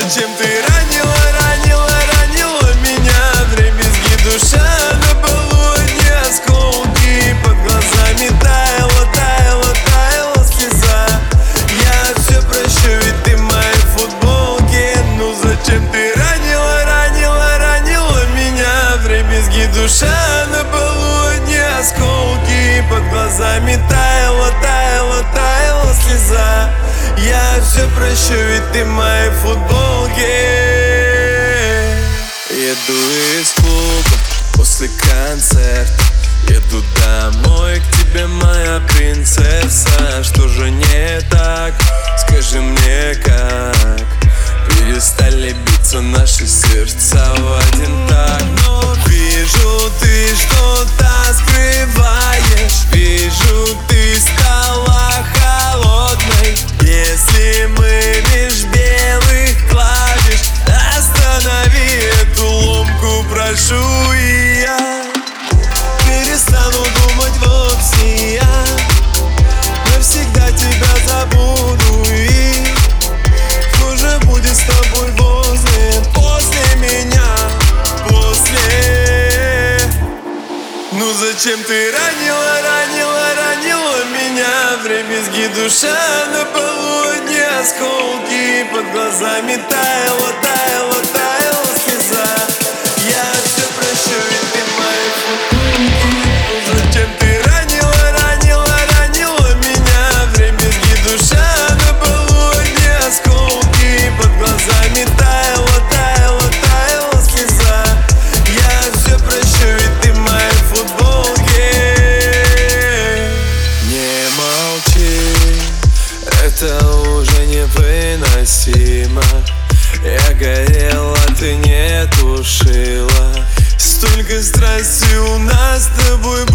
зачем ты ранила, ранила, ранила меня? Вдребезги душа на полу, одни осколки. Под глазами таяла, таяла, таяла слеза. Я все прощу, ведь ты в моей футболке. Ну зачем ты ранила, ранила, ранила меня? Вдребезги душа на полу, одни осколки. Под глазами таяла, таяла, таяла слеза. Я все прощу, ведь ты в моей футболке. Еду из клуба после концерта, еду домой к тебе, моя принцесса. Что же не так? Скажи мне как. Перестали биться наши сердца в один так. Но вижу, ты что-то скрываешь. Вижу, ты стала холодной. Если мы меж белых клавиш, останови эту ломку, прошу. И я перестану думать вовсе. Я навсегда тебя забуду. И что же будет с тобой после меня, после? Ну зачем ты ранила, ранила, ранила меня? Вдребезги душа на полу, одни осколки. Под глазами таяла, таяла, таяла слеза. Я все прощу, ведь ты в моей футболке. Ну зачем ты ранила, ранила, ранила меня? Вдребезги душа на полу, одни осколки. Под глазами таяла, таяла, таяла слеза. Я все прощу, ведь ты в моей футболке. Не молчи, это уже невыносимо. Я горела, ты не тушила. Столько страсти у нас с тобой